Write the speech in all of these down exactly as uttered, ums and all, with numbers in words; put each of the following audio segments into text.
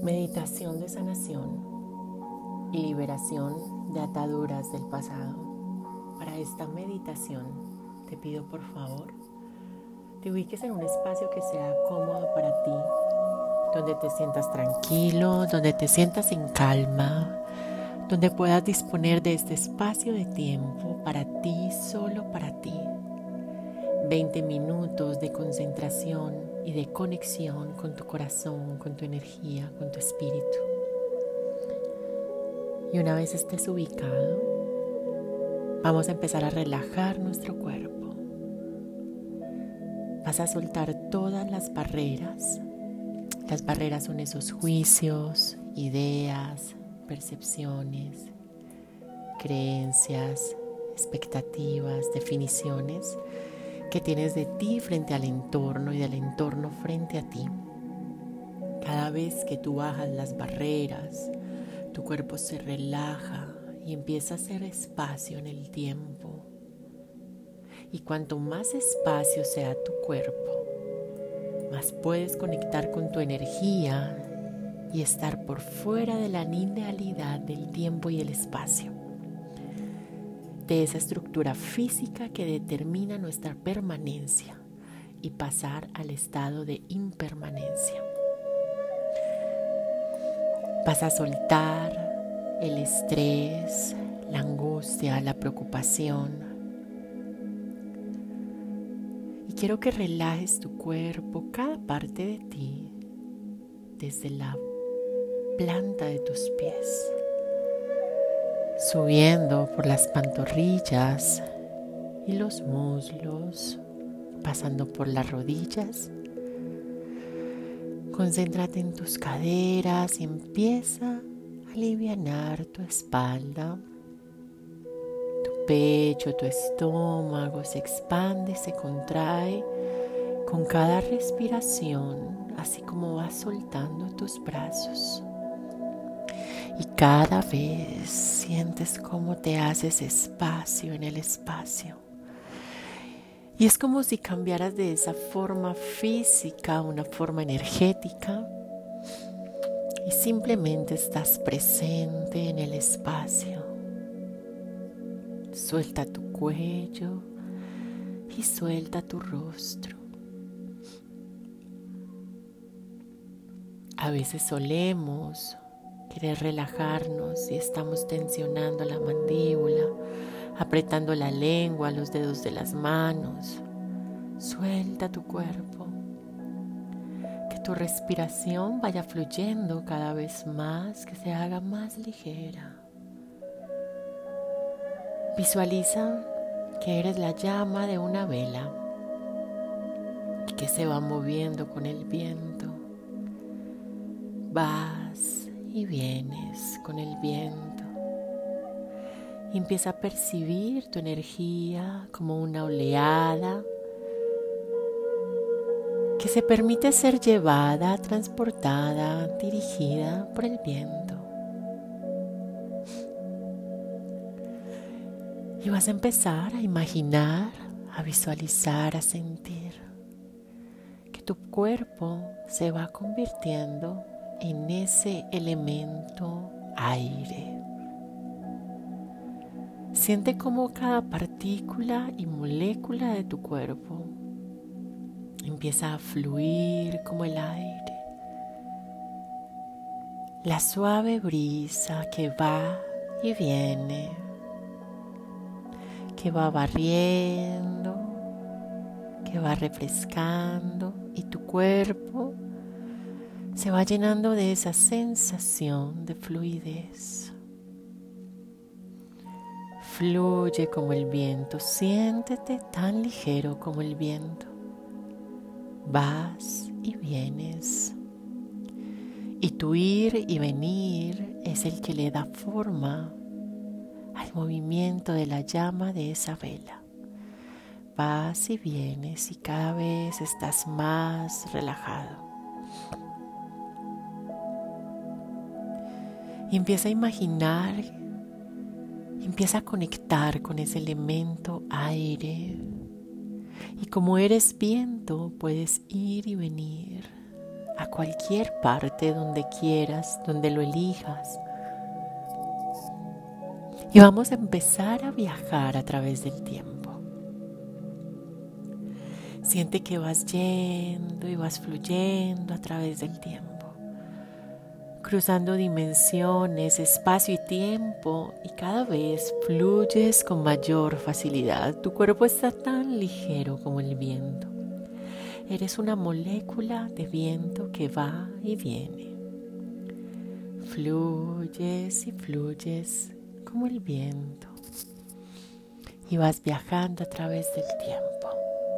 Meditación de sanación y liberación de ataduras del pasado. Para esta meditación te pido por favor te ubiques en un espacio que sea cómodo para ti, donde te sientas tranquilo, donde te sientas en calma, donde puedas disponer de este espacio de tiempo para ti, solo para ti. veinte minutos de concentración y de conexión con tu corazón, con tu energía, con tu espíritu. Y una vez estés ubicado, vamos a empezar a relajar nuestro cuerpo. Vas a soltar todas las barreras. Las barreras son esos juicios, ideas, percepciones, creencias, expectativas, definiciones que tienes de ti frente al entorno y del entorno frente a ti. Cada vez que tú bajas las barreras, tu cuerpo se relaja y empieza a hacer espacio en el tiempo. Y cuanto más espacio sea tu cuerpo, más puedes conectar con tu energía y estar por fuera de la linealidad del tiempo y el espacio, de esa estructura física que determina nuestra permanencia y pasar al estado de impermanencia. Vas a soltar el estrés, la angustia, la preocupación. Y quiero que relajes tu cuerpo, cada parte de ti, desde la planta de tus pies, subiendo por las pantorrillas y los muslos, pasando por las rodillas. Concéntrate en tus caderas y empieza a alivianar tu espalda. Tu pecho, tu estómago se expande y se contrae con cada respiración, así como vas soltando tus brazos. Y cada vez sientes cómo te haces espacio en el espacio. Y es como si cambiaras de esa forma física a una forma energética. Y simplemente estás presente en el espacio. Suelta tu cuello y suelta tu rostro. A veces solemos querer relajarnos y estamos tensionando la mandíbula, apretando la lengua, los dedos de las manos. Suelta tu cuerpo. Que tu respiración vaya fluyendo cada vez más, que se haga más ligera. Visualiza que eres la llama de una vela y que se va moviendo con el viento. Vas y vienes con el viento. Y empieza a percibir tu energía como una oleada que se permite ser llevada, transportada, dirigida por el viento. Y vas a empezar a imaginar, a visualizar, a sentir que tu cuerpo se va convirtiendo en ese elemento aire. Siente cómo cada partícula y molécula de tu cuerpo empieza a fluir como el aire. La suave brisa que va y viene, que va barriendo, que va refrescando, y tu cuerpo se va llenando de esa sensación de fluidez. Fluye como el viento, siéntete tan ligero como el viento. Vas y vienes. Y tu ir y venir es el que le da forma al movimiento de la llama de esa vela. Vas y vienes y cada vez estás más relajado. Y empieza a imaginar, empieza a conectar con ese elemento aire. Y como eres viento, puedes ir y venir a cualquier parte donde quieras, donde lo elijas. Y vamos a empezar a viajar a través del tiempo. Siente que vas yendo y vas fluyendo a través del tiempo, cruzando dimensiones, espacio y tiempo, y cada vez fluyes con mayor facilidad. Tu cuerpo está tan ligero como el viento. Eres una molécula de viento que va y viene. Fluyes y fluyes como el viento y vas viajando a través del tiempo.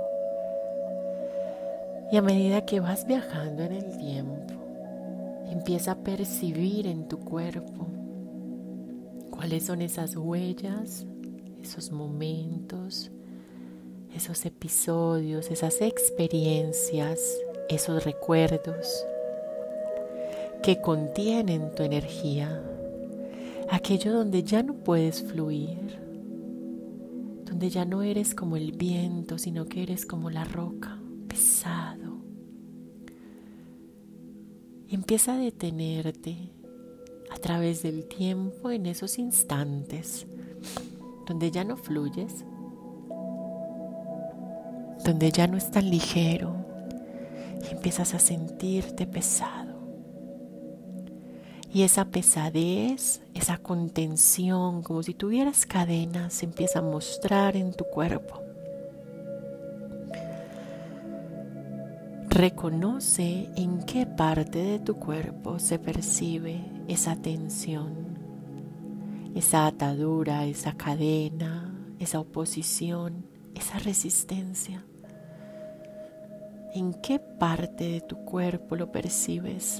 Y a medida que vas viajando en el tiempo, empieza a percibir en tu cuerpo cuáles son esas huellas, esos momentos, esos episodios, esas experiencias, esos recuerdos que contienen tu energía, aquello donde ya no puedes fluir, donde ya no eres como el viento, sino que eres como la roca, pesado. Y empieza a detenerte a través del tiempo en esos instantes donde ya no fluyes, donde ya no es tan ligero y empiezas a sentirte pesado. Y esa pesadez, esa contención, como si tuvieras cadenas, se empieza a mostrar en tu cuerpo. Reconoce en qué parte de tu cuerpo se percibe esa tensión, esa atadura, esa cadena, esa oposición, esa resistencia. ¿En qué parte de tu cuerpo lo percibes?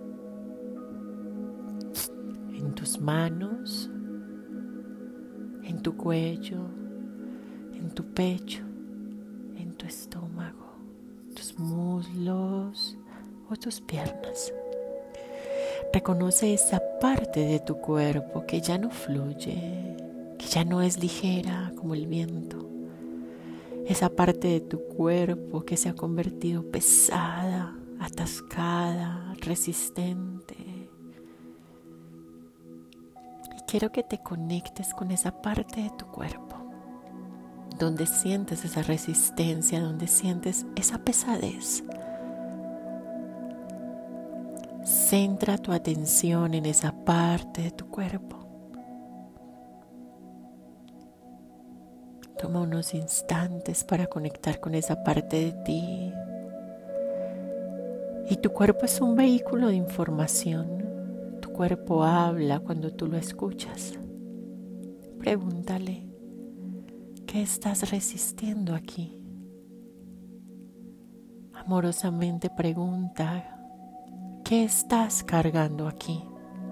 ¿En tus manos? ¿En tu cuello? ¿En tu pecho? ¿En tu estómago? ¿Tus muslos o tus piernas? Reconoce esa parte de tu cuerpo que ya no fluye, que ya no es ligera como el viento. Esa parte de tu cuerpo que se ha convertido pesada, atascada, resistente. Y quiero que te conectes con esa parte de tu cuerpo, donde sientes esa resistencia, donde sientes esa pesadez. Centra tu atención en esa parte de tu cuerpo. Toma unos instantes para conectar con esa parte de ti. Y tu cuerpo es un vehículo de información. Tu cuerpo habla cuando tú lo escuchas. Pregúntale, ¿qué estás resistiendo aquí? Amorosamente pregunta, ¿qué estás cargando aquí?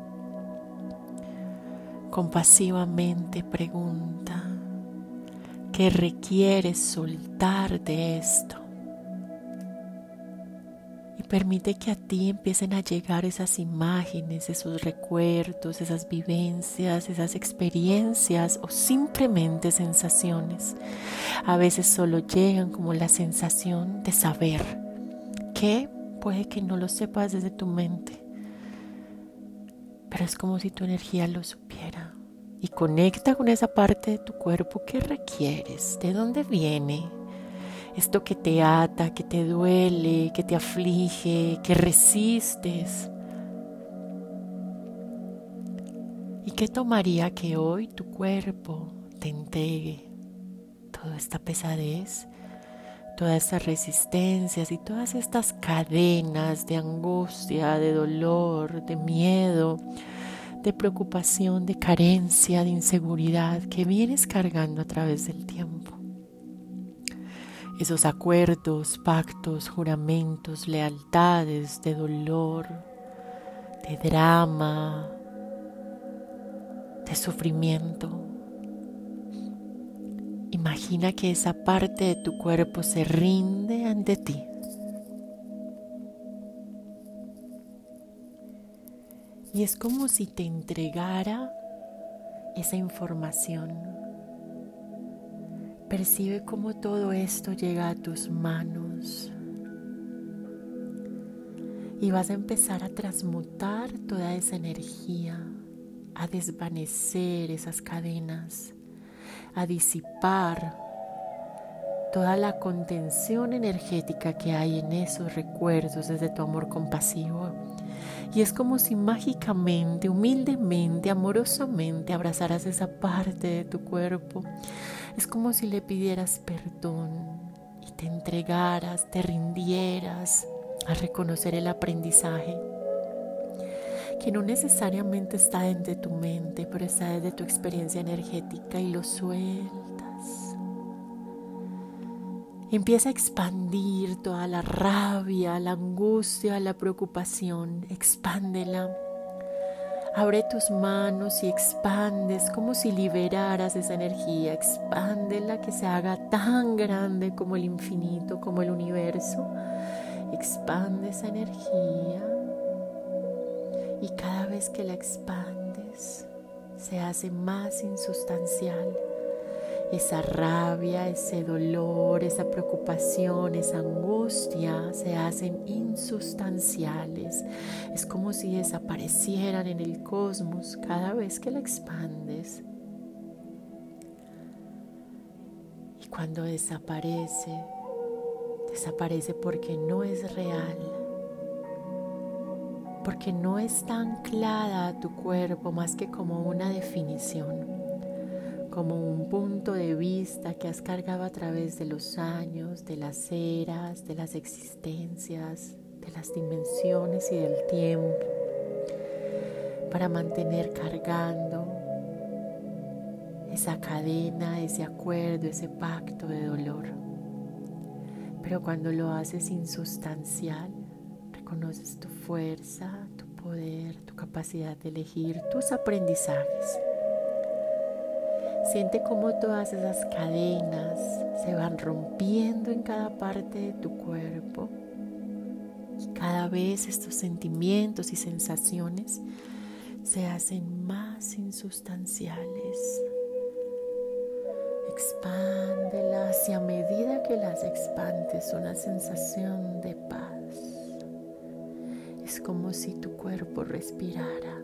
Compasivamente pregunta, ¿qué requieres soltar de esto? Y permite que a ti empiecen a llegar esas imágenes, esos recuerdos, esas vivencias, esas experiencias o simplemente sensaciones. A veces solo llegan como la sensación de saber que puede que no lo sepas desde tu mente, pero es como si tu energía lo supiera. Y conecta con esa parte de tu cuerpo que requieres, de dónde viene esto que te ata, que te duele, que te aflige, que resistes. ¿Y qué tomaría que hoy tu cuerpo te entregue toda esta pesadez, todas estas resistencias y todas estas cadenas de angustia, de dolor, de miedo, de preocupación, de carencia, de inseguridad que vienes cargando a través del tiempo? Esos acuerdos, pactos, juramentos, lealtades de dolor, de drama, de sufrimiento. Imagina que esa parte de tu cuerpo se rinde ante ti. Y es como si te entregara esa información. Percibe cómo todo esto llega a tus manos. Y vas a empezar a transmutar toda esa energía, a desvanecer esas cadenas, a disipar toda la contención energética que hay en esos recuerdos desde tu amor compasivo. Y es como si mágicamente, humildemente, amorosamente abrazaras esa parte de tu cuerpo. Es como si le pidieras perdón y te entregaras, te rindieras a reconocer el aprendizaje que no necesariamente está desde tu mente, pero está desde tu experiencia energética, y lo sueltas. Empieza a expandir toda la rabia, la angustia, la preocupación. Expándela. Abre tus manos y expandes como si liberaras esa energía. Expándela, que se haga tan grande como el infinito, como el universo. Expande esa energía. Y cada vez que la expandes, se hace más insustancial. Esa rabia, ese dolor, esa preocupación, esa angustia se hacen insustanciales. Es como si desaparecieran en el cosmos cada vez que la expandes. Y cuando desaparece, desaparece porque no es real, porque no está anclada a tu cuerpo más que como una definición, como un punto de vista que has cargado a través de los años, de las eras, de las existencias, de las dimensiones y del tiempo, para mantener cargando esa cadena, ese acuerdo, ese pacto de dolor. Pero cuando lo haces insustancial, reconoces tu fuerza, tu poder, tu capacidad de elegir, tus aprendizajes. Siente cómo todas esas cadenas se van rompiendo en cada parte de tu cuerpo, y cada vez estos sentimientos y sensaciones se hacen más insustanciales. Expándelas, y a medida que las expandes, una sensación de paz. Es como si tu cuerpo respirara.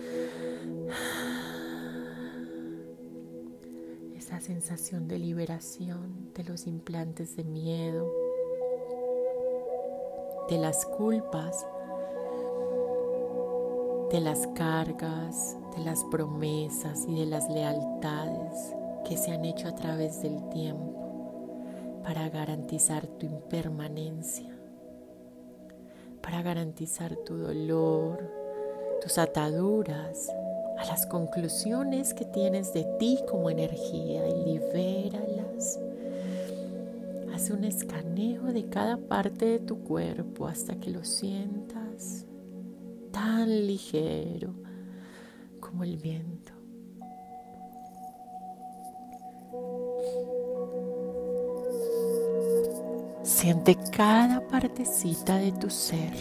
Esa sensación de liberación de los implantes de miedo, de las culpas, de las cargas, de las promesas y de las lealtades que se han hecho a través del tiempo para garantizar tu impermanencia, para garantizar tu dolor, tus ataduras a las conclusiones que tienes de ti como energía, y libéralas. Haz un escaneo de cada parte de tu cuerpo hasta que lo sientas tan ligero como el viento. Siente cada partecita de tu ser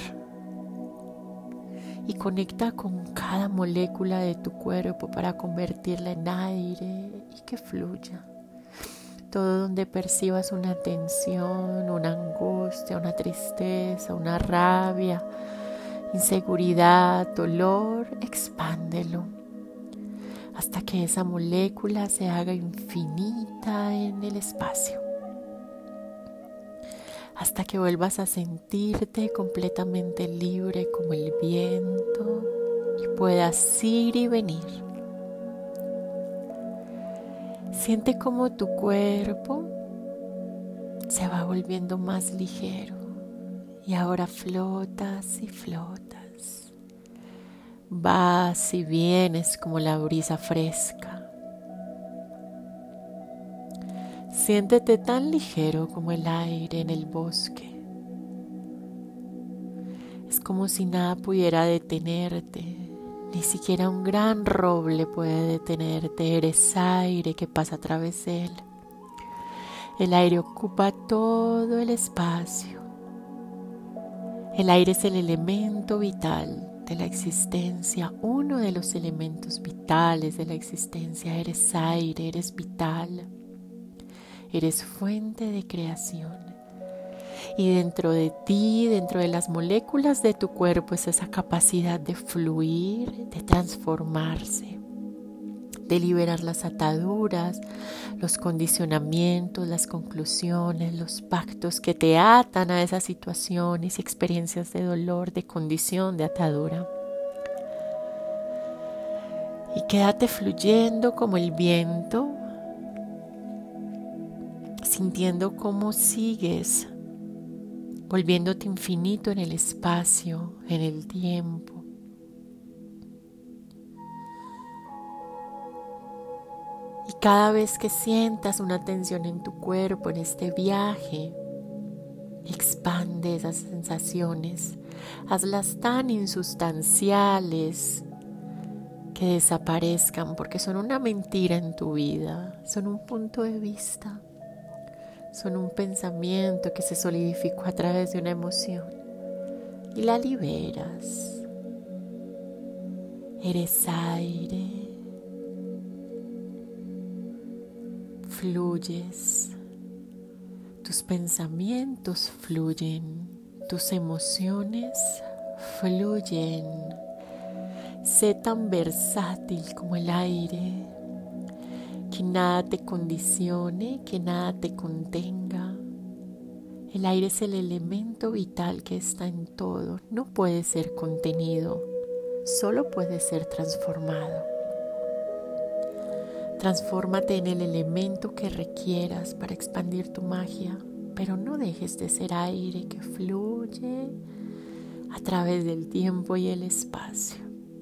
y conecta con cada molécula de tu cuerpo para convertirla en aire y que fluya. Todo donde percibas una tensión, una angustia, una tristeza, una rabia, inseguridad, dolor, expándelo hasta que esa molécula se haga infinita en el espacio. Hasta que vuelvas a sentirte completamente libre como el viento y puedas ir y venir. Siente cómo tu cuerpo se va volviendo más ligero y ahora flotas y flotas. Vas y vienes como la brisa fresca. Siéntete tan ligero como el aire en el bosque. Es como si nada pudiera detenerte, ni siquiera un gran roble puede detenerte. Eres aire que pasa a través de él. El aire ocupa todo el espacio. El aire es el elemento vital de la existencia, uno de los elementos vitales de la existencia. Eres aire, eres vital. Eres fuente de creación. Y dentro de ti, dentro de las moléculas de tu cuerpo, es esa capacidad de fluir, de transformarse, de liberar las ataduras, los condicionamientos, las conclusiones, los pactos que te atan a esas situaciones y experiencias de dolor, de condición, de atadura. Y quédate fluyendo como el viento, sintiendo cómo sigues volviéndote infinito en el espacio, en el tiempo. Y cada vez que sientas una tensión en tu cuerpo, en este viaje, expande esas sensaciones, hazlas tan insustanciales que desaparezcan, porque son una mentira en tu vida, son un punto de vista, son un pensamiento que se solidificó a través de una emoción y la liberas. Eres aire, fluyes, tus pensamientos fluyen, tus emociones fluyen. Sé tan versátil como el aire, que nada te condicione, que nada te contenga. El aire es el elemento vital que está en todo, no puede ser contenido, solo puede ser transformado. Transfórmate en el elemento que requieras para expandir tu magia, pero no dejes de ser aire que fluye a través del tiempo y el espacio.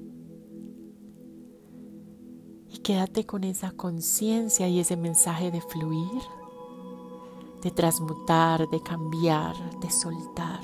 Y quédate con esa conciencia y ese mensaje de fluir, de transmutar, de cambiar, de soltar.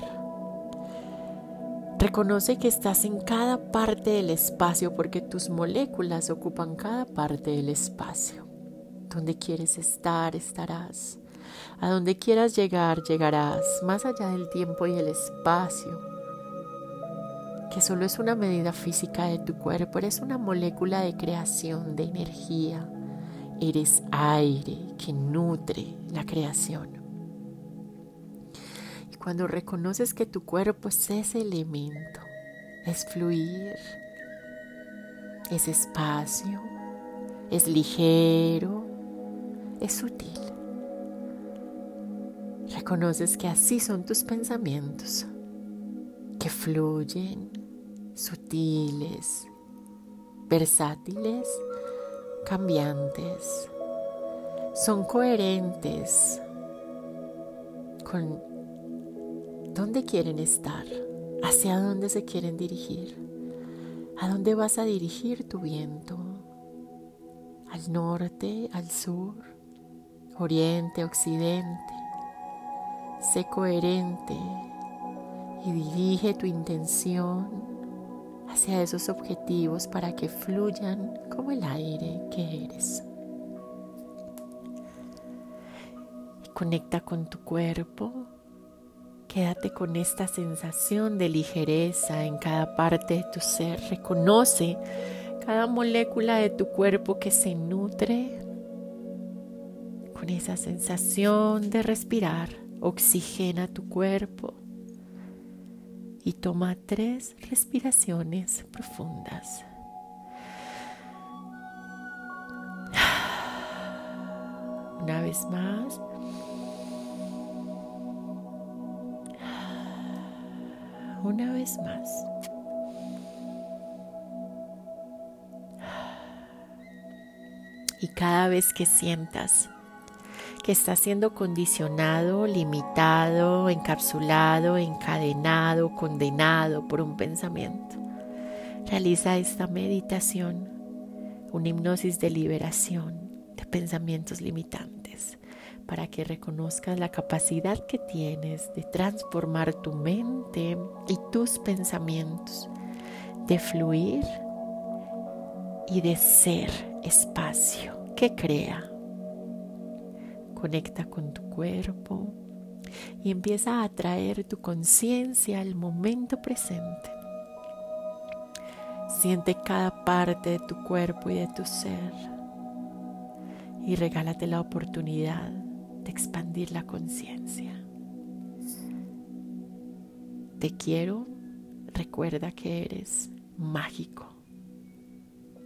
Reconoce que estás en cada parte del espacio porque tus moléculas ocupan cada parte del espacio. Donde quieres estar, estarás. A donde quieras llegar, llegarás. Más allá del tiempo y el espacio, que solo es una medida física de tu cuerpo. Eres una molécula de creación, de energía. Eres aire que nutre la creación. Y cuando reconoces que tu cuerpo es ese elemento, es fluir, es espacio, es ligero, es sutil. Reconoces que así son tus pensamientos, que fluyen, sutiles, versátiles, cambiantes, son coherentes con dónde quieren estar, hacia dónde se quieren dirigir, a dónde vas a dirigir tu viento, al norte, al sur, oriente, occidente. Sé coherente y dirige tu intención hacia esos objetivos para que fluyan como el aire que eres. Y conecta con tu cuerpo, quédate con esta sensación de ligereza en cada parte de tu ser. Reconoce cada molécula de tu cuerpo que se nutre con esa sensación de respirar. Oxigena tu cuerpo y toma tres respiraciones profundas. Una vez más. Una vez más. Y cada vez que sientas que estás siendo condicionado, limitado, encapsulado, encadenado, condenado por un pensamiento, realiza esta meditación, una hipnosis de liberación de pensamientos limitantes, para que reconozcas la capacidad que tienes de transformar tu mente y tus pensamientos, de fluir y de ser espacio que crea. Conecta con tu cuerpo y empieza a atraer tu conciencia al momento presente. Siente cada parte de tu cuerpo y de tu ser y regálate la oportunidad de expandir la conciencia. Te quiero, recuerda que eres mágico.